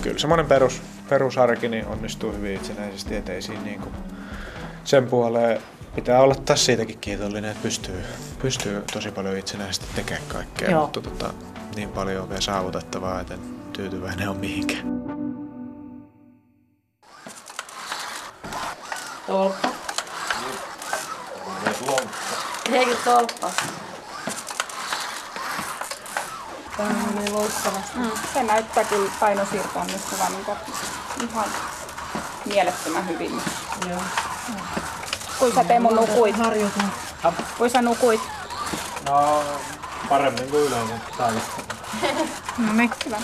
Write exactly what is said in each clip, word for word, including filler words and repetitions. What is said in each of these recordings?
kyllä semmoinen perus, perusarki niin onnistuu hyvin itsenäisesti, ettei siinä niin kuin sen puoleen pitää olla taas siitäkin kiitollinen, että pystyy, pystyy tosi paljon itsenäisesti tekemään kaikkea, Joo. mutta tota, niin paljon on vielä saavutettavaa, että en tyytyväinen on mihinkään. Tolppa. Eikö tolppa? Tämä menee loistavasti. Mm. Se näyttää kyllä painosiirto onnistuvan niin ihan mielettömän hyvin. Joo. Kuinka sä Teemu nukuit? Harjoitan. Kuinka sä nukuit? No paremmin kuin yleensä täällä. No niin. Hyvä.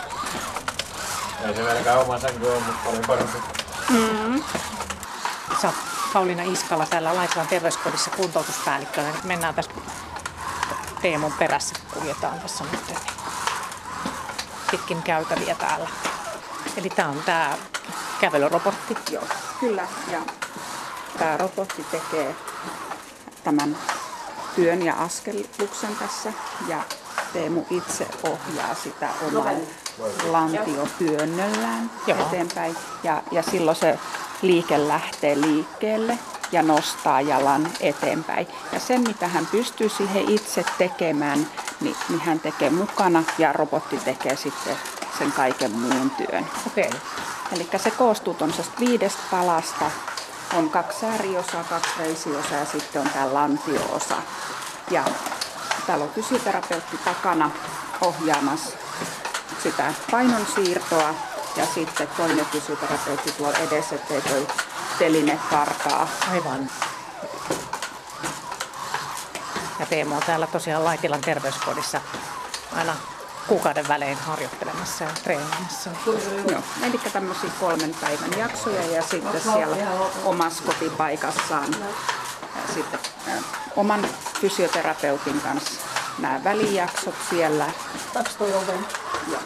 Ei se vieläkään oma sänky ole, mutta paljon paremmin. Mm. Sä oot Pauliina Iskala täällä Laitilan terveyskodissa kuntoutuspäällikkönä. Nyt mennään tässä Teemun perässä, kuljetaan tässä nyt pitkin käytäviä täällä. Eli tää on tää kävelyrobotti. Joo, kyllä. Ja tämä robotti tekee tämän työn ja askelluksen tässä. Ja Teemu itse ohjaa sitä oman lantiotyönnöllään Joo. eteenpäin. Ja, ja silloin se liike lähtee liikkeelle ja nostaa jalan eteenpäin. Ja sen, mitä hän pystyy siihen itse tekemään, niin, niin hän tekee mukana ja robotti tekee sitten sen kaiken muun työn. Okei. Eli se koostuu tuollaisesta viidestä palasta. On kaksi ääriosaa, kaksi reisiosaa ja sitten on tämä lantio-osa. Ja täällä on fysioterapeutti takana ohjaamassa sitä painonsiirtoa. Ja sitten toinen fysioterapeutti tuolla edessä, ettei toi teline karkaa. Aivan. Ja Teemu on täällä tosiaan Laitilan terveyskodissa aina kuukauden välein harjoittelemassa ja treenaamassa. Joo, eli tämmöisiä kolmen päivän jaksoja ja sitten siellä omassa kotipaikassaan ja sitten ä, oman fysioterapeutin kanssa nämä välijaksot siellä. Taks toi oven? Joo.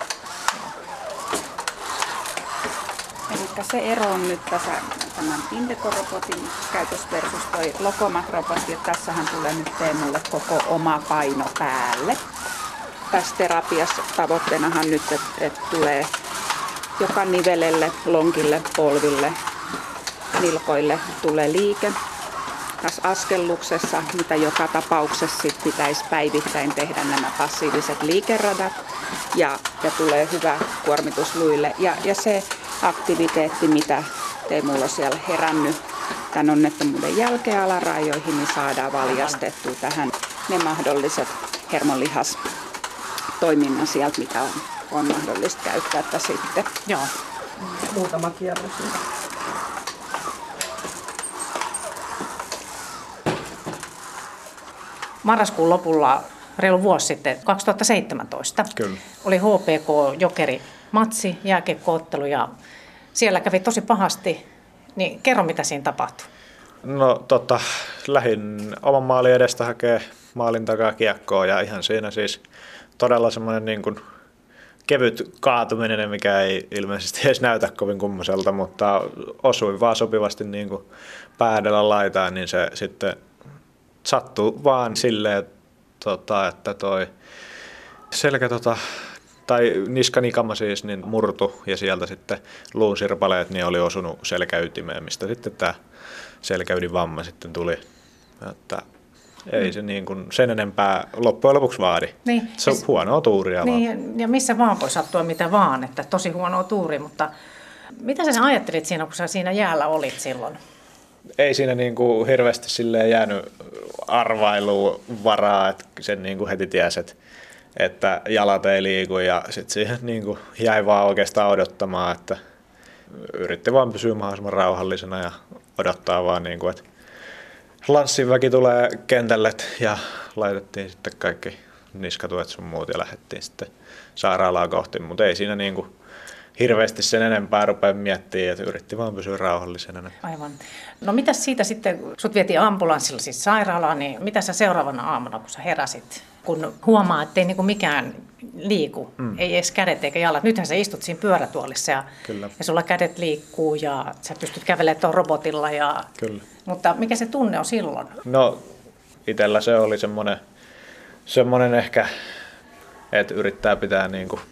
Eli se ero on nyt tässä tämän Indeco-robotin käytössä versus toi Lokomat-robotti, että tässähän tulee nyt Teemulle koko oma paino päälle. Tässä terapiassa tavoitteenahan nyt, että, että tulee joka nivelelle, lonkille, polville, nilkoille tulee liike. Tässä askelluksessa, mitä joka tapauksessa sit pitäisi päivittäin tehdä nämä passiiviset liikeradat ja, ja tulee hyvä kuormitus luille. Ja, ja se aktiviteetti, mitä Teemulla on siellä herännyt tämän onnettomuuden jälkeen alarajoihin, niin saadaan valjastettua tähän ne mahdolliset hermonlihas toiminnan sieltä, mitä on, on mahdollista käyttää tässä sitten. Joo. Muutama kierros. Marraskuun lopulla, reilu vuosi sitten, kaksituhattaseitsemäntoista, Kyllä. oli H P K Jokeri matsi, jääkiekkoottelu ja siellä kävi tosi pahasti. Niin kerro, mitä siinä tapahtui. No tota, lähdin oman maalin edestä hakee maalin takaa kiekkoa ja ihan siinä siis todella semmoinen niin kuin kevyt kaatuminen, mikä ei ilmeisesti edes näytä kovin kummoselta, mutta osui vaan sopivasti niin kuin pää edellä laitaan, niin se sitten sattui vaan silleen, tota, että toi selkä tota, tai niskanikama siis niin murtu ja sieltä sitten luun sirpaleet niin oli osunut selkäytimeen, mistä sitten tämä selkäydinvamma sitten tuli. Että ei se niin kuin sen enempää loppujen lopuksi vaadi. Niin. Se on huonoa tuuria niin, vaan. Ja missä vaan voi sattua mitä vaan, että tosi huonoa tuuri, mutta mitä sä ajattelit siinä, kun sä siinä jäällä olit silloin? Ei siinä niin kuin hirveästi silleen jäänyt arvailuun varaa, että sen niin kuin heti tiesi, että, että jalat ei liiku ja sitten siihen niin kuin jäi vaan oikeastaan odottamaan, että yritti vaan pysyä mahdollisimman rauhallisena ja odottaa vaan, niin kuin, että lanssin väki tulee kentälle ja laitettiin sitten kaikki niskatuet sun muut ja lähdettiin sitten sairaalaa kohti, mutta ei siinä niin kuin hirveästi sen enempää rupea miettimään, että yritti vaan pysyä rauhallisena. Aivan. No mitäs siitä sitten, kun sut vietiin ambulanssilla siis sairaalaan, niin mitä sä seuraavana aamuna, kun sä heräsit, kun huomaa, että ei niinku mikään liiku, mm. ei edes kädet eikä jalat. Nythän sä istut siinä pyörätuolissa ja, ja sulla kädet liikkuu ja sä pystyt kävelemään tuon robotilla. Ja, Kyllä. mutta mikä se tunne on silloin? No itsellä se oli semmoinen, semmoinen ehkä, että yrittää pitää niinku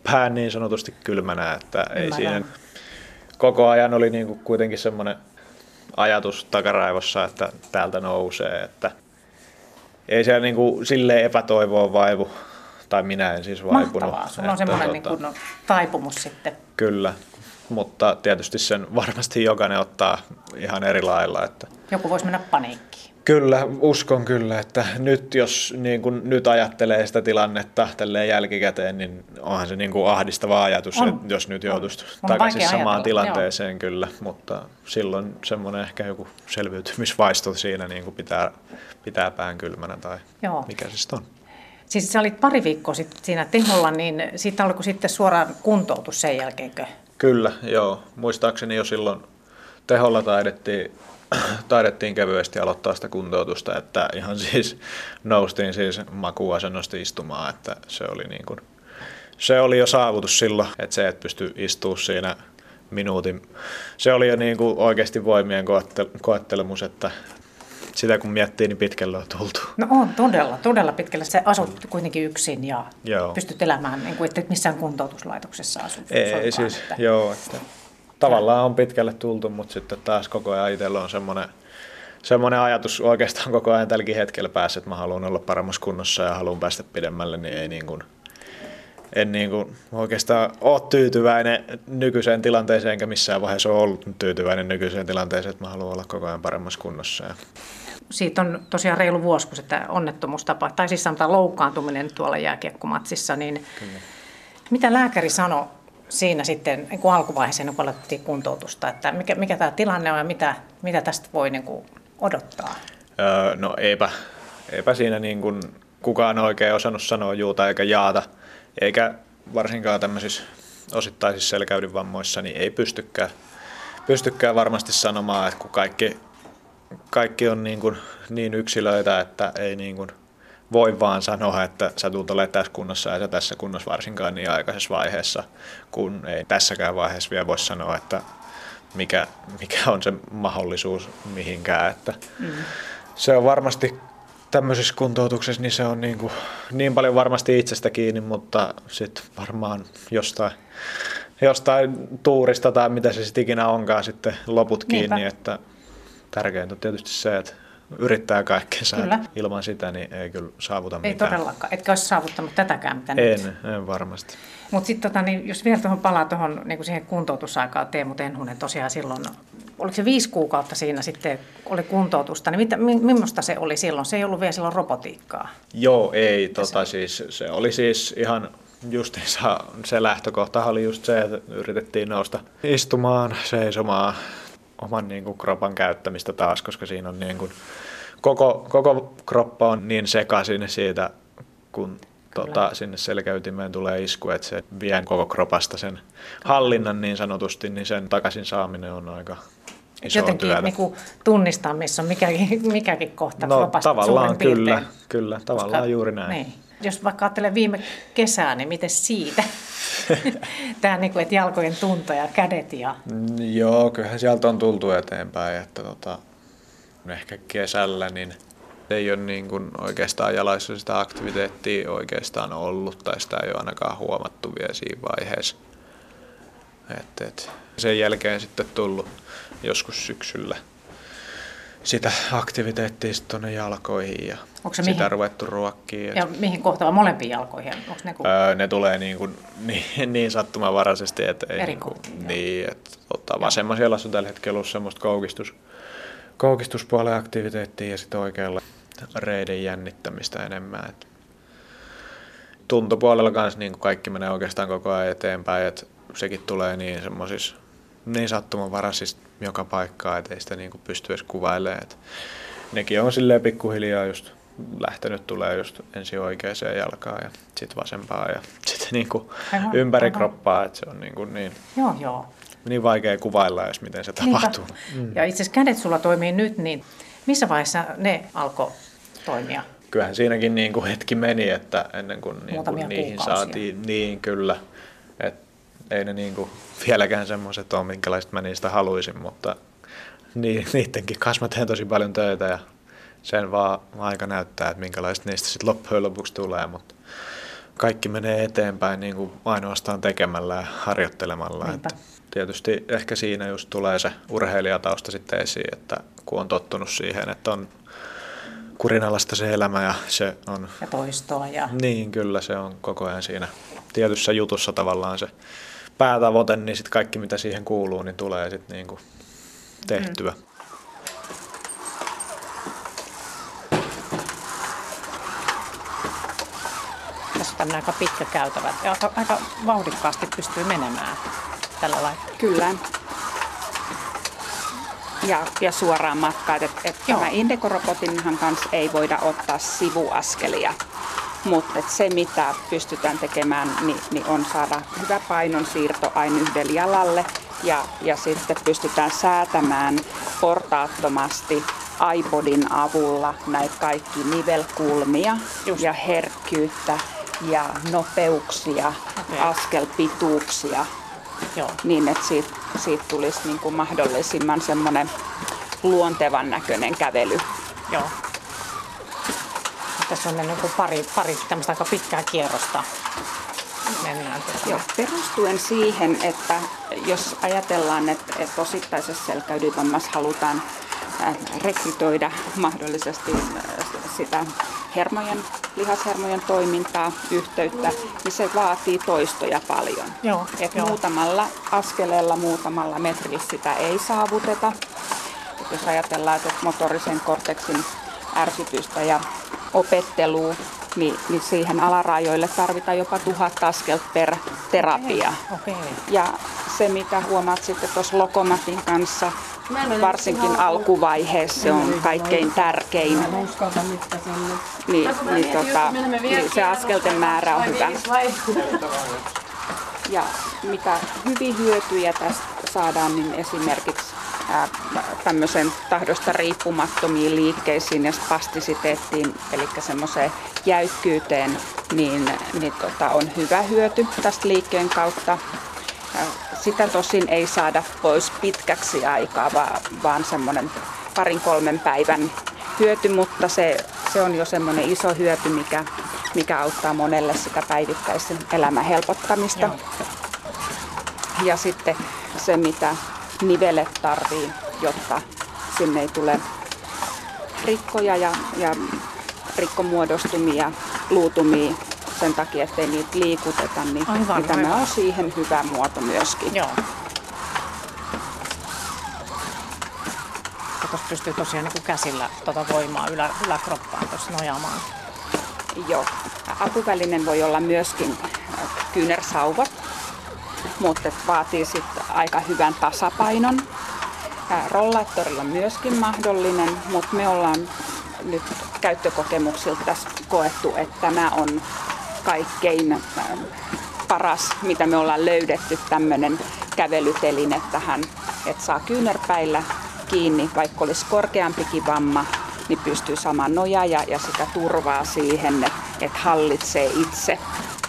pään niin sanotusti kylmänä, että ei Ymmärrän. siinä koko ajan oli niin kuin kuitenkin semmoinen ajatus takaraivossa, että täältä nousee, että ei siellä niin kuin silleen epätoivoon vaivu, tai minä en siis vaipunut. Mahtavaa, sulla on että semmoinen niin tota, kuin, no, taipumus sitten. Kyllä, mutta tietysti sen varmasti jokainen ottaa ihan eri lailla. Että Joku voisi mennä paniikkiin. kyllä, uskon kyllä, että nyt jos niin kuin nyt ajattelee sitä tilannetta tälleen jälkikäteen, niin onhan se niin kuin ahdistava ajatus, On. että jos nyt joutuisi On takaisin vaikea samaan ajatella, tilanteeseen kyllä, mutta silloin semmoinen ehkä joku selviytymisvaisto siinä niin kuin pitää, pitää pään kylmänä tai Joo. mikä se sitten on. Siis sä olit pari viikkoa sitten siinä teholla, niin siitä oliko sitten suoraan kuntoutus sen jälkeenkö? Kyllä, joo. Muistaakseni jo silloin teholla taidettiin, taidettiin kevyesti aloittaa sitä kuntoutusta, että ihan siis noustiin siis makuuasennosta istumaan, että se oli, niin kuin, se oli jo saavutus silloin, että se, että pystyi istumaan siinä minuutin, se oli jo niin kuin oikeasti voimien koettelemus, että sitä kun miettii, niin pitkälle on tultu. No on todella, todella pitkälle. Sä asut kuitenkin yksin ja Joo. pystyt elämään, niin kuin, et missään kuntoutuslaitoksessa asut. Ei siis, että joo, että tavallaan on pitkälle tultu, mutta sitten taas koko ajan itsellä on semmoinen, semmoinen ajatus oikeastaan koko ajan tälläkin hetkellä päässä, että mä haluan olla paremmassa kunnossa ja haluan päästä pidemmälle, niin ei niin kuin, en niin kuin oikeastaan ole tyytyväinen nykyiseen tilanteeseen, enkä missään vaiheessa ole ollut tyytyväinen nykyiseen tilanteeseen, että mä haluan olla koko ajan paremmassa kunnossa. Ja siitä on tosiaan reilu vuosi, kun se onnettomuus tapahtui, tai siis sanotaan loukkaantuminen tuolla jääkiekkomatsissa, niin Kyllä. mitä lääkäri sanoi siinä sitten niin kuin alkuvaiheeseen, kun aloitettiin kuntoutusta, että mikä, mikä tämä tilanne on ja mitä, mitä tästä voi niin kuin odottaa? Öö, no eipä, eipä siinä niin kuin kukaan oikein osannut sanoa juuta eikä jaata, eikä varsinkaan tämmöisissä osittaisissa selkäydinvammoissa, niin ei pystykään, pystykään varmasti sanomaan, että kun kaikki, kaikki on niin, kuin niin yksilöitä, että ei niin kuin voi vaan sanoa, että sä tulet olemaan tässä kunnossa ja sä tässä kunnossa varsinkaan niin aikaisessa vaiheessa, kun ei tässäkään vaiheessa vielä voi sanoa, että mikä, mikä on se mahdollisuus mihinkään. Että mm. Se on varmasti tämmöisessä kuntoutuksessa, niin se on niin, kuin, niin paljon varmasti itsestä kiinni, mutta sitten varmaan jostain, jostain tuurista tai mitä se sitten ikinä onkaan sitten loput kiinni, Niinpä. Että tärkeintä on tietysti se, että yrittää kaikkensa. Ilman sitä niin ei kyllä saavuta ei mitään. Ei todellakaan. Etkä olisi saavuttanut tätäkään, mitä en, nyt. En varmasti. Mutta sitten tota, niin jos vielä tuohon palaa tuohon niin siihen kuntoutusaikaan, Teemu Tenhunen tosiaan silloin, oliko se viisi kuukautta siinä sitten oli kuntoutusta, niin mitä, millaista se oli silloin? Se ei ollut vielä silloin robotiikkaa. Joo, ei. Tota, se? Siis, se oli siis ihan justiinsa, se lähtökohta oli just se, että yritettiin nousta istumaan, seisomaan, oman niin kuin, kropan käyttämistä taas, koska siinä on niin kuin, koko, koko kroppa on niin sekaisin siitä, kun tota, sinne selkäytimeen tulee isku, että se vie koko kropasta sen hallinnan niin sanotusti, niin sen takaisin saaminen on aika iso jotenkin työtä. Niin kuin tunnistaa, missä on mikäkin, mikäkin kohta no, kropasta tavallaan suurin kyllä, piirtein. kyllä, tavallaan koska, juuri näin. Niin. Jos vaikka ajattelee viime kesää, niin miten siitä? Tämä niin kuin, että jalkojen tunto ja kädet ja... Joo, kyllähän sieltä on tultu eteenpäin, että tota, ehkä kesällä niin ei ole niin kuin oikeastaan jalaissa sitä aktiviteettia oikeastaan ollut, tai sitä ei ole ainakaan huomattu vielä siinä vaiheessa. Et, et, sen jälkeen sitten tullut joskus syksyllä sitä aktiviteettia tuonne jalkoihin ja sitä mihin? Ruvettu ruokkiin. Ja mihin kohtaan molempiin jalkoihin? Onko ne, kun... öö, ne tulee niin, kuin, niin, niin sattumanvaraisesti, että ei niin, kuin, niin että tota, vasemmassa jalassa on tällä hetkellä ollut semmoista koukistus, koukistuspuolen aktiviteettia ja sitten oikealla reiden jännittämistä enemmän. Et tuntopuolella kanssa niin kuin kaikki menee oikeastaan koko ajan eteenpäin, että sekin tulee niin semmoisissa niin sattumanvaraisista joka paikkaan, että ei sitä niin kuin pysty edes kuvailemaan. Et nekin on silleen pikkuhiljaa just lähtenyt tulee just ensin oikeaan jalkaan ja sitten vasempaan ja sitten niin kuin ympäri aivan. Kroppaa, että se on niin, kuin niin, joo, joo. niin vaikea kuvailla edes, miten se tapahtuu. Mm. Ja itse asiassa kädet sulla toimii nyt, niin missä vaiheessa ne alkoi toimia? Kyllähän siinäkin niin kuin hetki meni, että ennen kuin, niin kuin niihin saatiin, niin kyllä, että ei ne niin kuin vieläkään semmoiset ole, minkälaiset mä niistä haluaisin, mutta niidenkin kanssa mä teen tosi paljon töitä ja sen vaan aika näyttää, että minkälaiset niistä sitten loppujen lopuksi tulee, mutta, kaikki menee eteenpäin niin kuin ainoastaan tekemällä ja harjoittelemalla. Että tietysti ehkä siinä just tulee se urheilijatausta sitten esiin, että kun on tottunut siihen, että on kurinalaista se elämä ja se on... Ja toistoa. Ja... Niin, kyllä se on koko ajan siinä tietyssä jutussa tavallaan se päätavoite, niin sitten kaikki mitä siihen kuuluu, niin tulee sitten niin kuin tehtyä. Mm. Tässä on tämmöinen aika pitkä käytävä ja aika, aika vauhdikkaasti pystyy menemään tällä lailla. Kyllä. Ja, ja suoraan matkaa. Et, et tämä Indeco-robotinhan kanssa ei voida ottaa sivuaskelia. Mutta se, mitä pystytään tekemään, niin, niin on saada hyvä painonsiirto aina yhdelle jalalle. Ja, ja sitten pystytään säätämään portaattomasti iPodin avulla näitä kaikki nivelkulmia Just. ja herkkyyttä ja nopeuksia, okay. askelpituuksia. Joo. Niin, että siitä, siitä tulisi niin kuin mahdollisimman semmoinen luontevan näköinen kävely. Joo. Tässä on niin kuin pari, pari tämmöistä aika pitkää kierrosta. Mennään Joo, perustuen siihen, että jos ajatellaan, että, että osittaisessa selkäydinvammassa halutaan rekrytoida mahdollisesti sitä hermojen, lihashermojen toimintaa, yhteyttä, niin se vaatii toistoja paljon. Joo, Et jo. Muutamalla askeleella, muutamalla metrillä sitä ei saavuteta. Et jos ajatellaan, että motorisen korteksin ärsytystä ja opettelua, niin, niin siihen alarajoille tarvitaan jopa tuhat askelta per terapia. Okay. Okay. Ja se, mitä huomaat sitten tuossa Lokomatin kanssa, varsinkin alkuvaiheessa se on kaikkein tärkein. Niin, niin, tota, niin se askelten määrä on hyvä. Ja mitä hyviä hyötyjä tästä saadaan, niin esimerkiksi ää, tämmöisen tahdosta riippumattomiin liikkeisiin ja spastisiteettiin, eli semmoiseen jäykkyyteen, niin, niin tota, on hyvä hyöty tästä liikkeen kautta. Sitä tosin ei saada pois pitkäksi aikaa, vaan semmoinen parin kolmen päivän hyöty, mutta se, se on jo semmoinen iso hyöty, mikä, mikä auttaa monelle sitä päivittäisen elämän helpottamista. Joo. Ja sitten se, mitä nivelet tarvii, jotta sinne ei tule rikkoja ja, ja rikkomuodostumia, luutumia sen takia, ettei niitä liikuteta, niin, aivan, niin tämä aivan. on siihen hyvä muoto myöskin. Joo. Tuossa pystyy tosiaan niin kuin käsillä tuota voimaa ylä, yläkroppaan tuossa nojaamaan. Joo. Apuvälinen voi olla myöskin kyynärsauvat, mutta vaatii sitten aika hyvän tasapainon. Rollaattorilla on myöskin mahdollinen, mutta me ollaan nyt käyttökokemuksilta tässä koettu, että tämä on kaikkein paras, mitä me ollaan löydetty, tämmöinen kävelyteline tähän, että saa kyynärpäillä kiinni, vaikka olisi korkeampikin vamma, niin pystyy saamaan nojaa ja, ja sitä turvaa siihen, että, että hallitsee itse.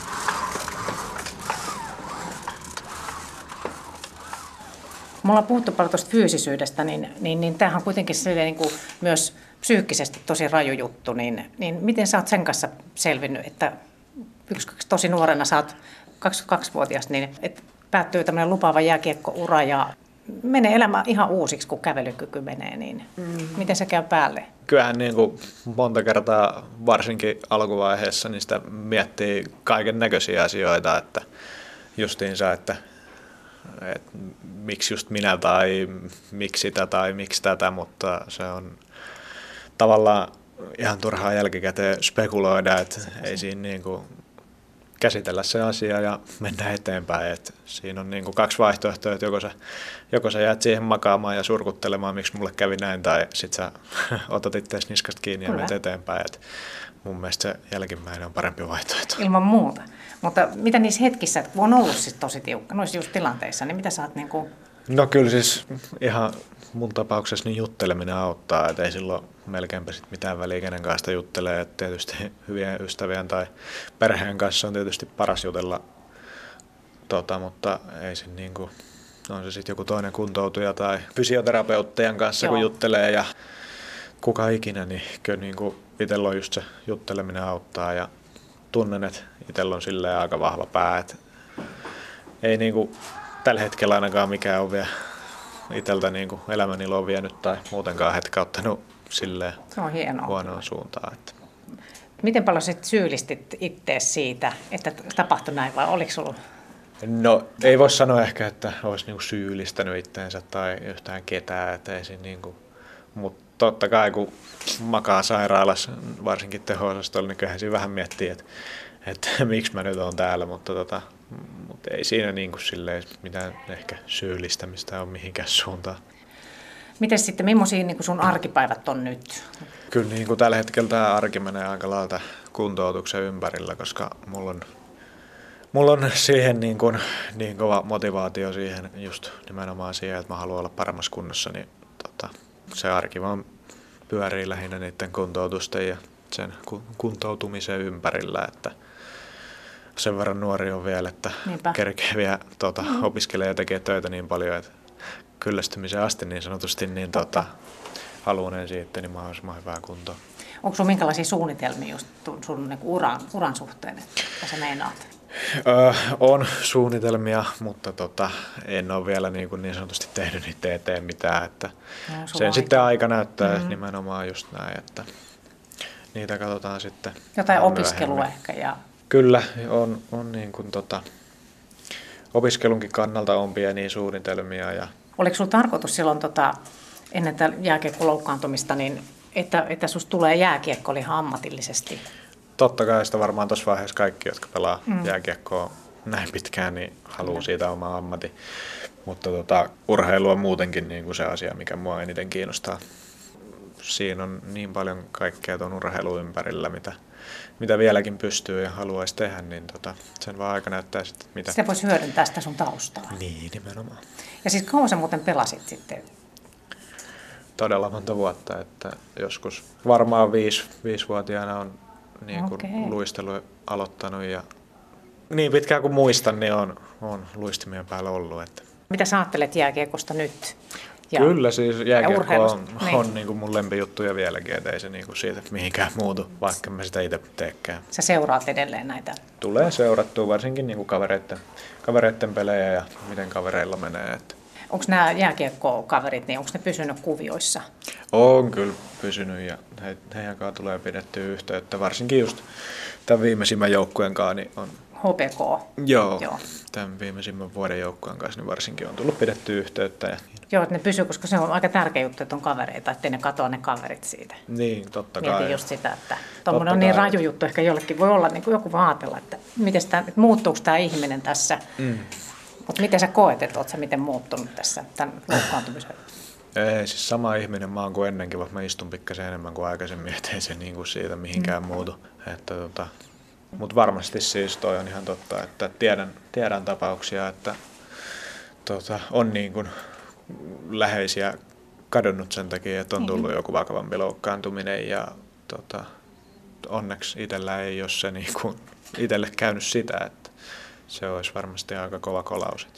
Me ollaan puhuttu paljon tuosta fyysisyydestä, niin, niin, niin tämähän on kuitenkin niin kuin myös psyykkisesti tosi raju juttu, niin, niin miten sä oot sen kanssa selvinnyt, että yksi tosi nuorena, sä oot kaksikymmentäkaksivuotias, niin että päättyy tämmöinen lupaava jääkiekkoura ja menee elämä ihan uusiksi, kun kävelykyky menee, niin mm. miten se käy päälle? Kyllähän niin kuin monta kertaa, varsinkin alkuvaiheessa, niin sitä miettii kaiken näköisiä asioita, että justiinsa, että, että miksi just minä tai miksi sitä tai miksi tätä, mutta se on tavallaan ihan turhaa jälkikäteen spekuloida, että ei siinä niin kuin käsitellä se asia ja mennä eteenpäin. Et siinä on niin kuin kaksi vaihtoehtoa, että joko sä, joko sä jäät siihen makaamaan ja surkuttelemaan, miksi mulle kävi näin, tai sit sä otat itseäsi niskasta kiinni ja menet eteenpäin. Et mun mielestä se jälkimmäinen on parempi vaihtoehto. Ilman muuta. Mutta mitä niissä hetkissä, kun on ollut sit tosi tiukka, noissa just tilanteissa, niin mitä sä oot niin kuin... No kyllä siis ihan mun tapauksessa niin jutteleminen auttaa, että ei silloin melkeinpä sit mitään väliä kenen kanssa juttelee. Et tietysti hyvien ystävien tai perheen kanssa on tietysti paras jutella, tota, mutta ei se niin kuin, on se sitten joku toinen kuntoutuja tai fysioterapeuttajan kanssa, Joo. kun juttelee ja kuka ikinä, niin kyllä niin kuin itsellä on just se jutteleminen auttaa ja tunnen, että itsellä on silleen aika vahva pää. Että ei niinku tällä hetkellä ainakaan mikään ole vielä itseltä niinku elämänilo vienyt tai muutenkaan hetkauttanut silleen Se on hienoa. huonoon suuntaan. Että. Miten paljon sit syyllistit itseäsi siitä, että tapahtui näin vai oliko sulla? No ei voi sanoa ehkä, että olisi niinku syyllistänyt itteensä tai yhtään ketään. Että ei siinä niinku, mutta totta kai kun makaa sairaalassa, varsinkin teho-osastolla, niin kyllähän siinä vähän miettii, että, että miksi mä nyt oon täällä, mutta, tota, mutta ei siinä niinku silleen mitään ehkä syyllistämistä ole mihinkään suuntaan. Miten sitten, millaisia niin sun arkipäivät on nyt? Kyllä niin kuin tällä hetkellä tämä arki menee aika lailla kuntoutuksen ympärillä, koska mulla on, mulla on siihen niin, kuin, niin kova motivaatio siihen, just nimenomaan siihen, että mä haluan olla paremmassa kunnossa, niin tota, se arki vaan pyörii lähinnä niiden kuntoutusten ja sen kuntoutumisen ympärillä, että sen verran nuori on vielä, että Niinpä. kerkee vielä tota, mm. opiskelee ja tekee töitä niin paljon, että kyllästymiseen asti niin sanotusti, niin tota, haluan ensin itteni mahdollisimman hyvää kuntoa. Onko sinulla minkälaisia suunnitelmia just sun niin uran, uran suhteen, että mitä sä meinaat? Öö, on suunnitelmia, mutta tota, en ole vielä niin, kuin niin sanotusti tehnyt niitä eteen mitään. Että no, sen aika. Sitten aika näyttää mm-hmm. nimenomaan just näin, että niitä katsotaan sitten. Jotain opiskelua ehkä. Ja... Kyllä, on, on niin kuin tota, opiskelunkin kannalta on pieniä suunnitelmia. Ja... Oliko sinulla tarkoitus silloin tota, ennen tätä jääkiekko-loukkaantumista, niin että, että sinusta tulee jääkiekko ihan ammatillisesti? Totta kai sitä varmaan tuossa vaiheessa kaikki, jotka pelaa mm. jääkiekkoa näin pitkään, niin haluaa siitä omaa ammatti. Mutta tota, urheilu on muutenkin niin kuin se asia, mikä mua eniten kiinnostaa. Siinä on niin paljon kaikkea tuon urheilun ympärillä, mitä, mitä vieläkin pystyy ja haluaisi tehdä, niin tota, sen vaan aika näyttää sitten, mitä... Se voisi hyödyntää sitä sun taustaa. Niin, nimenomaan. Ja siis kauan sä muuten pelasit sitten? Todella monta vuotta, että joskus varmaan viisi, viisivuotiaana on niin kuin okay. luistelu aloittanut ja niin pitkään kuin muistan, niin on, on luistimien päällä ollut. Että. Mitä sä ajattelet jääkiekosta nyt? Ja, Kyllä siis jääkiekko on, niin. on niin kuin mun lempijuttuja vieläkin, että ei se niin kuin siitä mihinkään muutu, vaikka mä sitä itse teekään. Sä seuraat edelleen näitä? Tulee seurattua varsinkin niin kuin kavereiden, kavereiden pelejä ja miten kavereilla menee. Että. Onko nämä jääkiekko-kaverit, niin onko ne pysynyt kuvioissa? On kyllä pysynyt ja he, heidän kanssa tulee pidettyä yhteyttä, varsinkin just tämän viimeisimmän joukkueen kanssa. Niin on, H P K? Joo, joo, tämän viimeisimmän vuoden joukkueen kanssa niin varsinkin on tullut pidettyä yhteyttä. Ja, joo, että ne pysyy, koska se on aika tärkeä juttu, että on kavereita, ettei ne katoa ne kaverit siitä. Niin, totta kai. Mietin just sitä, että tuommoinen on niin raju juttu, ehkä jollekin voi olla, niin kuin joku vaan ajatella, että, tämä, että muuttuuko tämä ihminen tässä. Mm. Mutta miten sä koet, että oot sä miten muuttunut tässä tämän loukkaantumisen? Ei, siis sama ihminen mä oon kuin ennenkin, vaikka mä istun pikkasen enemmän kuin aikaisemmin, ettei se niin kuin siitä mihinkään mm. muutu. Että, tota, mutta varmasti siis toi on ihan totta, että tiedän, tiedän tapauksia, että tota, on niin kuin läheisiä kadonnut sen takia, että on tullut joku vakavampi loukkaantuminen ja tota, onneksi itsellä ei ole se niin kuin itselle käynyt sitä, että se olisi varmasti aika kova kolaus.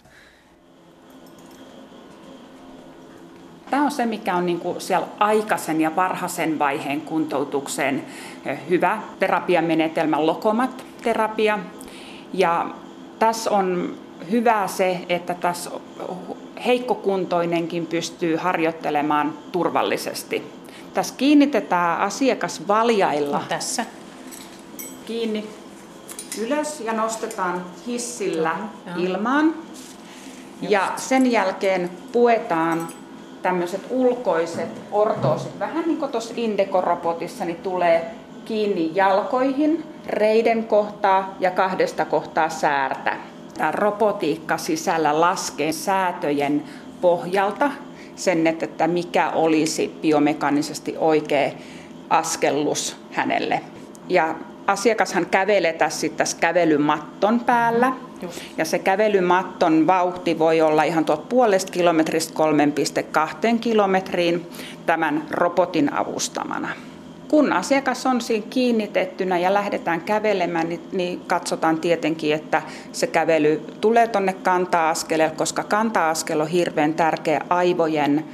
Tämä on se, mikä on niin kuin siellä aikaisen ja varhaisen vaiheen kuntoutukseen hyvä terapiamenetelmä, Lokomat-terapia. Ja tässä on hyvä se, että tässä heikkokuntoinenkin pystyy harjoittelemaan turvallisesti. Tässä kiinnitetään asiakas valjailla no, tässä. kiinni ylös ja nostetaan hissillä no, ilmaan. Ja sen jälkeen puetaan tämmöiset ulkoiset ortoosit, vähän niin kuin tuossa Indeco-robotissa, niin tulee kiinni jalkoihin, reiden kohtaa ja kahdesta kohtaa säärtä. Tämä robotiikka sisällä laskee säätöjen pohjalta sen, että mikä olisi biomekaanisesti oikea askellus hänelle. Ja asiakashan kävelee tässä, sitten tässä kävelymatton päällä. Just. Ja se kävelymatton vauhti voi olla ihan tuolta puolesta kilometristä kolme pilkku kaksi kilometriin tämän robotin avustamana. Kun asiakas on siinä kiinnitettynä ja lähdetään kävelemään, niin, niin katsotaan tietenkin, että se kävely tulee tuonne kanta-askeleelle, koska kanta-askel on hirveän tärkeä aivojen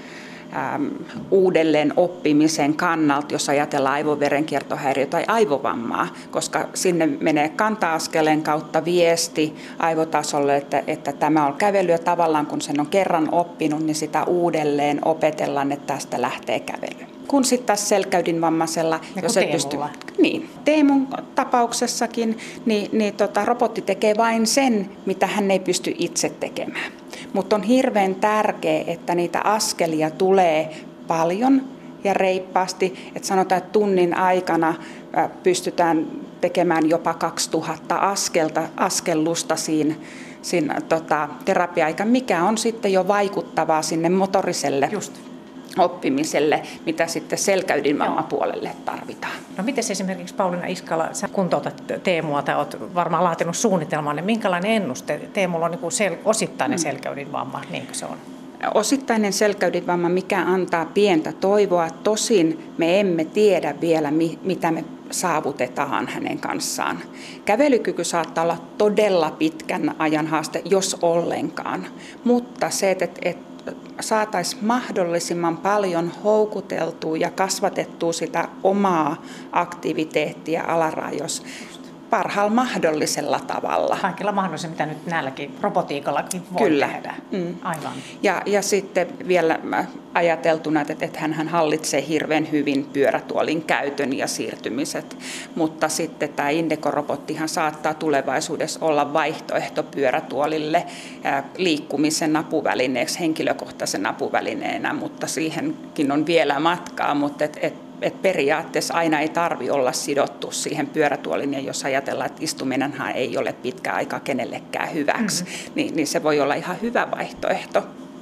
äm, uudelleen oppimisen kannalta, jos ajatellaan aivoverenkiertohäiriö tai aivovammaa, koska sinne menee kanta-askeleen kautta viesti aivotasolle, että, että tämä on kävelyä tavallaan, kun sen on kerran oppinut, niin sitä uudelleen opetellaan, että tästä lähtee kävely. Kun sitten tässä selkäydinvammaisella, ja jos et pysty, niin, Teemun tapauksessakin, niin, niin tota, robotti tekee vain sen, mitä hän ei pysty itse tekemään. Mutta on hirveän tärkeää, että niitä askelia tulee paljon ja reippaasti. Että sanotaan, että tunnin aikana pystytään tekemään jopa kaksituhatta askelta, askellusta siinä, siinä tota, terapia-aika, mikä on sitten jo vaikuttavaa sinne motoriselle Just. oppimiselle, mitä sitten selkäydinvammapuolelle tarvitaan. No miten esimerkiksi Pauliina Iskala, sä kuntoutat Teemua tai olet varmaan laatinut suunnitelman, niin minkälainen ennuste? Teemulla on niin kuin sel- osittainen mm. selkäydinvamma, niin kuin se on? Osittainen selkäydinvamma, mikä antaa pientä toivoa. Tosin me emme tiedä vielä, mitä me saavutetaan hänen kanssaan. Kävelykyky saattaa olla todella pitkän ajan haaste, jos ollenkaan. Mutta se, että, että saataisiin mahdollisimman paljon houkuteltua ja kasvatettua sitä omaa aktiviteettia alarajoissa parhaalla mahdollisella tavalla. Kaikilla mahdollisella, mitä nyt näilläkin robotiikallakin voi Kyllä. tehdä. Mm. Aivan. Ja, ja sitten vielä ajateltuna, että, että hän hallitsee hirveän hyvin pyörätuolin käytön ja siirtymiset, mutta sitten tämä Indeco-robottihan saattaa tulevaisuudessa olla vaihtoehto pyörätuolille liikkumisen apuvälineeksi, henkilökohtaisen apuvälineenä, mutta siihenkin on vielä matkaa, mutta et, et, et periaatteessa aina ei tarvitse olla sidottu siihen pyörätuoliin, ja jos ajatellaan, että istuminenhan ei ole pitkä aika kenellekään hyväksi, mm-hmm. niin, niin se voi olla ihan hyvä vaihtoehto.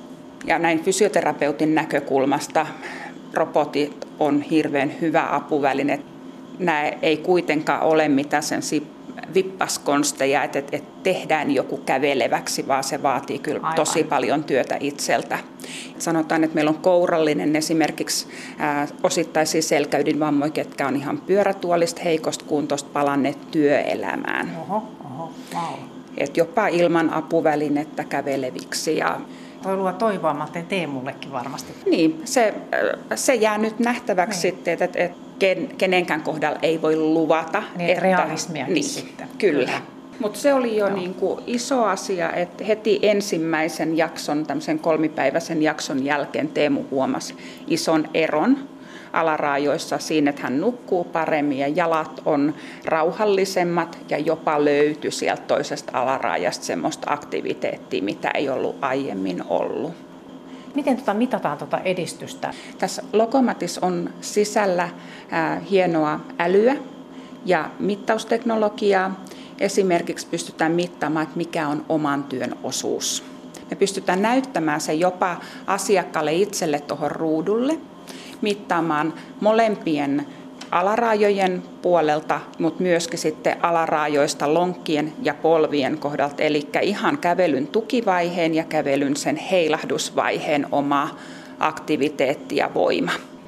Ja näin fysioterapeutin näkökulmasta robotit on hirveän hyvä apuväline. Nämä ei kuitenkaan ole mitään sen vippaskonsteja, että, että tehdään joku käveleväksi, vaan se vaatii kyllä Aivan. tosi paljon työtä itseltä. Sanotaan, että meillä on kourallinen esimerkiksi ää, osittaisia selkäydinvammoja, ketkä on ihan pyörätuolista, heikosta kuntosta palanneet työelämään. Oho, oho, wow. Et jopa ilman apuvälinettä käveleviksi. Ja voi luoda toivoa, mä teen Teemullekin varmasti. Niin, se, se jää nyt nähtäväksi niin. sitten, että, että kenenkään kohdalla ei voi luvata. Niin, että realismiakin niin, sitten. Kyllä. kyllä. Mutta se oli jo niin kuin iso asia, että heti ensimmäisen jakson, tämmöisen kolmipäiväisen jakson jälkeen Teemu huomasi ison eron alaraajoissa siinä, että hän nukkuu paremmin ja jalat on rauhallisemmat ja jopa löytyi sieltä toisesta alaraajasta semmoista aktiviteettia, mitä ei ollut aiemmin ollut. Miten tota mitataan tuota edistystä? Tässä Lokomatissa on sisällä ää, hienoa älyä ja mittausteknologiaa. Esimerkiksi pystytään mittaamaan, että mikä on oman työn osuus. Me pystytään näyttämään se jopa asiakkaalle itselle tuohon ruudulle, mittaamaan molempien alaraajojen puolelta, mutta myöskin sitten alaraajoista lonkkien ja polvien kohdalta, eli ihan kävelyn tukivaiheen ja kävelyn sen heilahdusvaiheen oma aktiviteetti ja voima.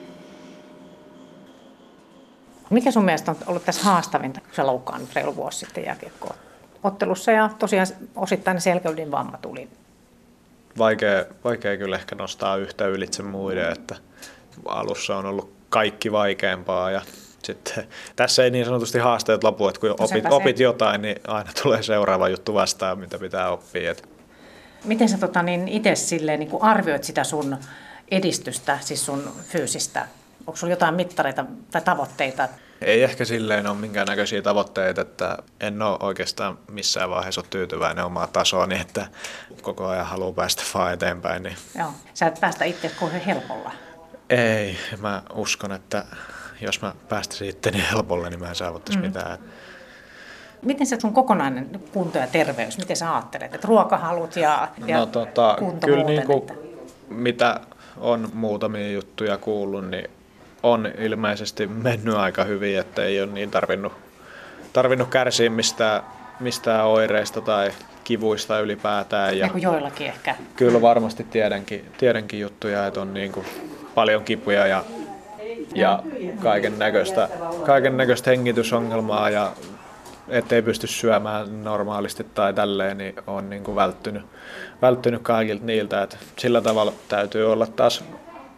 Mikä sun mielestä on ollut tässä haastavinta, kun sä loukkaannut reilu vuosi sitten jääkiekko-ottelussa ja tosiaan osittain selkäydinvamma tuli? Vaikea, vaikea kyllä ehkä nostaa yhtä ylitse muiden, että alussa on ollut kaikki vaikeampaa ja sitten tässä ei niin sanotusti haasteet lopu, että kun no opit, opit jotain, niin aina tulee seuraava juttu vastaan, mitä pitää oppia. Miten sä tota, niin itse silleen, niin arvioit sitä sun edistystä, siis sun fyysistä? Onko sulla jotain mittareita tai tavoitteita? Ei ehkä silleen ole minkäännäköisiä tavoitteita, että en ole oikeastaan missään vaiheessa ole tyytyväinen omaa tasoani, että koko ajan haluaa päästä vaan eteenpäin. Niin. Joo. Sä et päästä itse kauhean helpolla. Ei, mä uskon, että jos mä päästäisin itteni helpolle, niin mä en saavuttaisi mm. mitään. Miten se sun kokonainen kunto ja terveys, miten sä ajattelet? Että ruokahalut ja, ja no, tota, kunto kyllä muuten? Niin kuin, että... mitä on muutamia juttuja kuullut, niin on ilmeisesti mennyt aika hyvin, että ei ole niin tarvinnut, tarvinnut kärsiä mistään, mistään oireista tai kivuista ylipäätään. Ja, ja kuin joillakin ehkä. Kyllä varmasti tiedänkin, tiedänkin juttuja, että on niin kuin paljon kipuja ja, ja kaiken näköistä, kaiken näköistä hengitysongelmaa ja ettei pysty syömään normaalisti tai tälleen, niin on niin kuin välttynyt, välttynyt kaikilta niiltä. Että sillä tavalla täytyy olla taas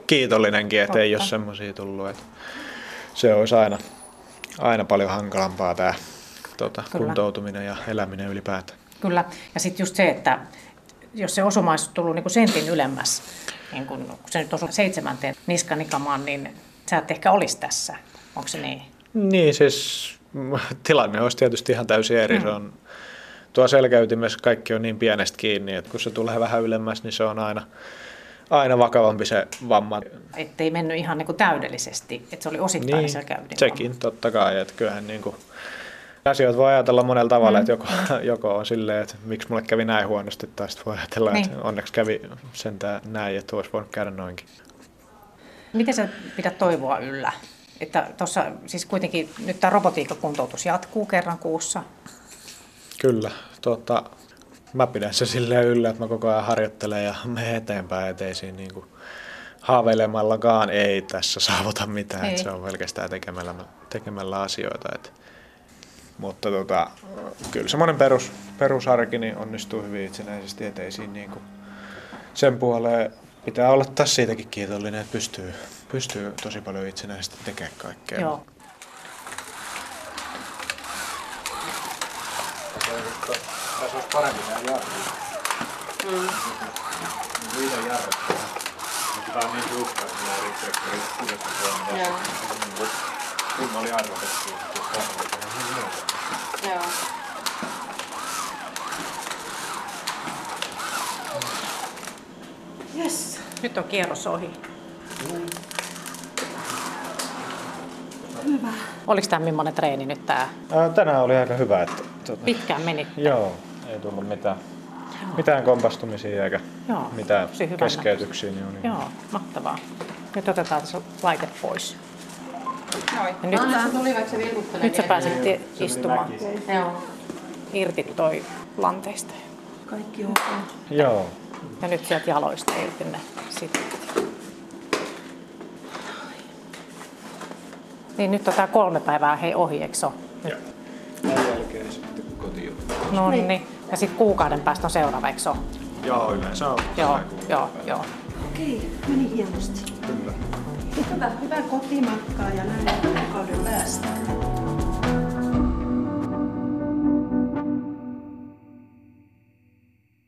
kiitollinenkin, että ei ole Totta. semmoisia tullut. Että se olisi aina, aina paljon hankalampaa tämä tota, kuntoutuminen ja eläminen ylipäätään. Kyllä. Ja sitten just se, että jos se osuma olisi tullut niin kuin sentin ylemmäs, niin kun, kun se nyt osui seitsemänteen niskanikamaan, niin sä et ehkä olisi tässä. Onko se niin? Niin, siis tilanne olisi tietysti ihan täysin eri. Mm. Se on, tuo selkäytimessä kaikki on niin pienestä kiinni, että kun se tulee vähän ylemmäs, niin se on aina, aina vakavampi se vamma. Että ei mennyt ihan niin kuin täydellisesti, että se oli osittain niin, selkäydin sekin vamma. Totta kai, että kyllähän niin kuin asioita voi ajatella monella tavalla, Mm. että joko, joko on silleen, että miksi mulle kävi näin huonosti, tai sitten voi ajatella, niin. että onneksi kävi sentään näin, että olisi voinut käydä noinkin. Miten sä pidät toivoa yllä? Että tuossa siis kuitenkin nyt tämä robotiikkakuntoutus jatkuu kerran kuussa. Kyllä. Tota, mä pidän se silleen yllä, että mä koko ajan harjoittelen ja menen eteenpäin, ettei siinä niin kuin haaveilemallakaan ei tässä saavuta mitään. Että se on pelkästään tekemällä, tekemällä asioita. Et, mutta tota, kyllä semmoinen perus, perusarki niin onnistuu hyvin itsenäisesti, ettei siinä niin kuin sen puoleen pitää olla taas siitäkin kiitollinen, että pystyy, pystyy tosi paljon itsenäisesti tekemään kaikkea. Joo. Tässä olisi paremmin nämä jarrut. Mm. Viiden jarrut. Tämä on niin tiukka, että nämä riittää kuudesta puolella. Kun oli arvotettu, että Joo. Yes. Nyt on kierros ohi. Hyvä. Oliko tämä millainen treeni nyt tämä? Tänään oli aika hyvä. Että, tuota, Pitkään meni. joo, ei tullut mitään, mitään kompastumisia eikä Joo, mitään tosi hyvän keskeytyksiä. Niin on niin. Joo, mahtavaa. Nyt otetaan tässä laite pois. Noin. Ja nyt, Anna, se tuli vaikka se vilkuttelee. nyt sä pääsit ti- istumaan Joo. irti toi lanteista. Kaikki on. Joo. Ja nyt sieltä jaloista irti ne sitten. Niin nyt on tää kolme päivää hei ohi, eikö se ole? Joo. Tämän jälkeen sitten kotiin. No niin. Ja sitten kuukauden päästä on seuraava, eikö se ole? Joo, yleensä on. Joo, joo, joo. Okei, meni hienosti. Kyllä. Hyvä, hyvää kotimatkaa ja näin.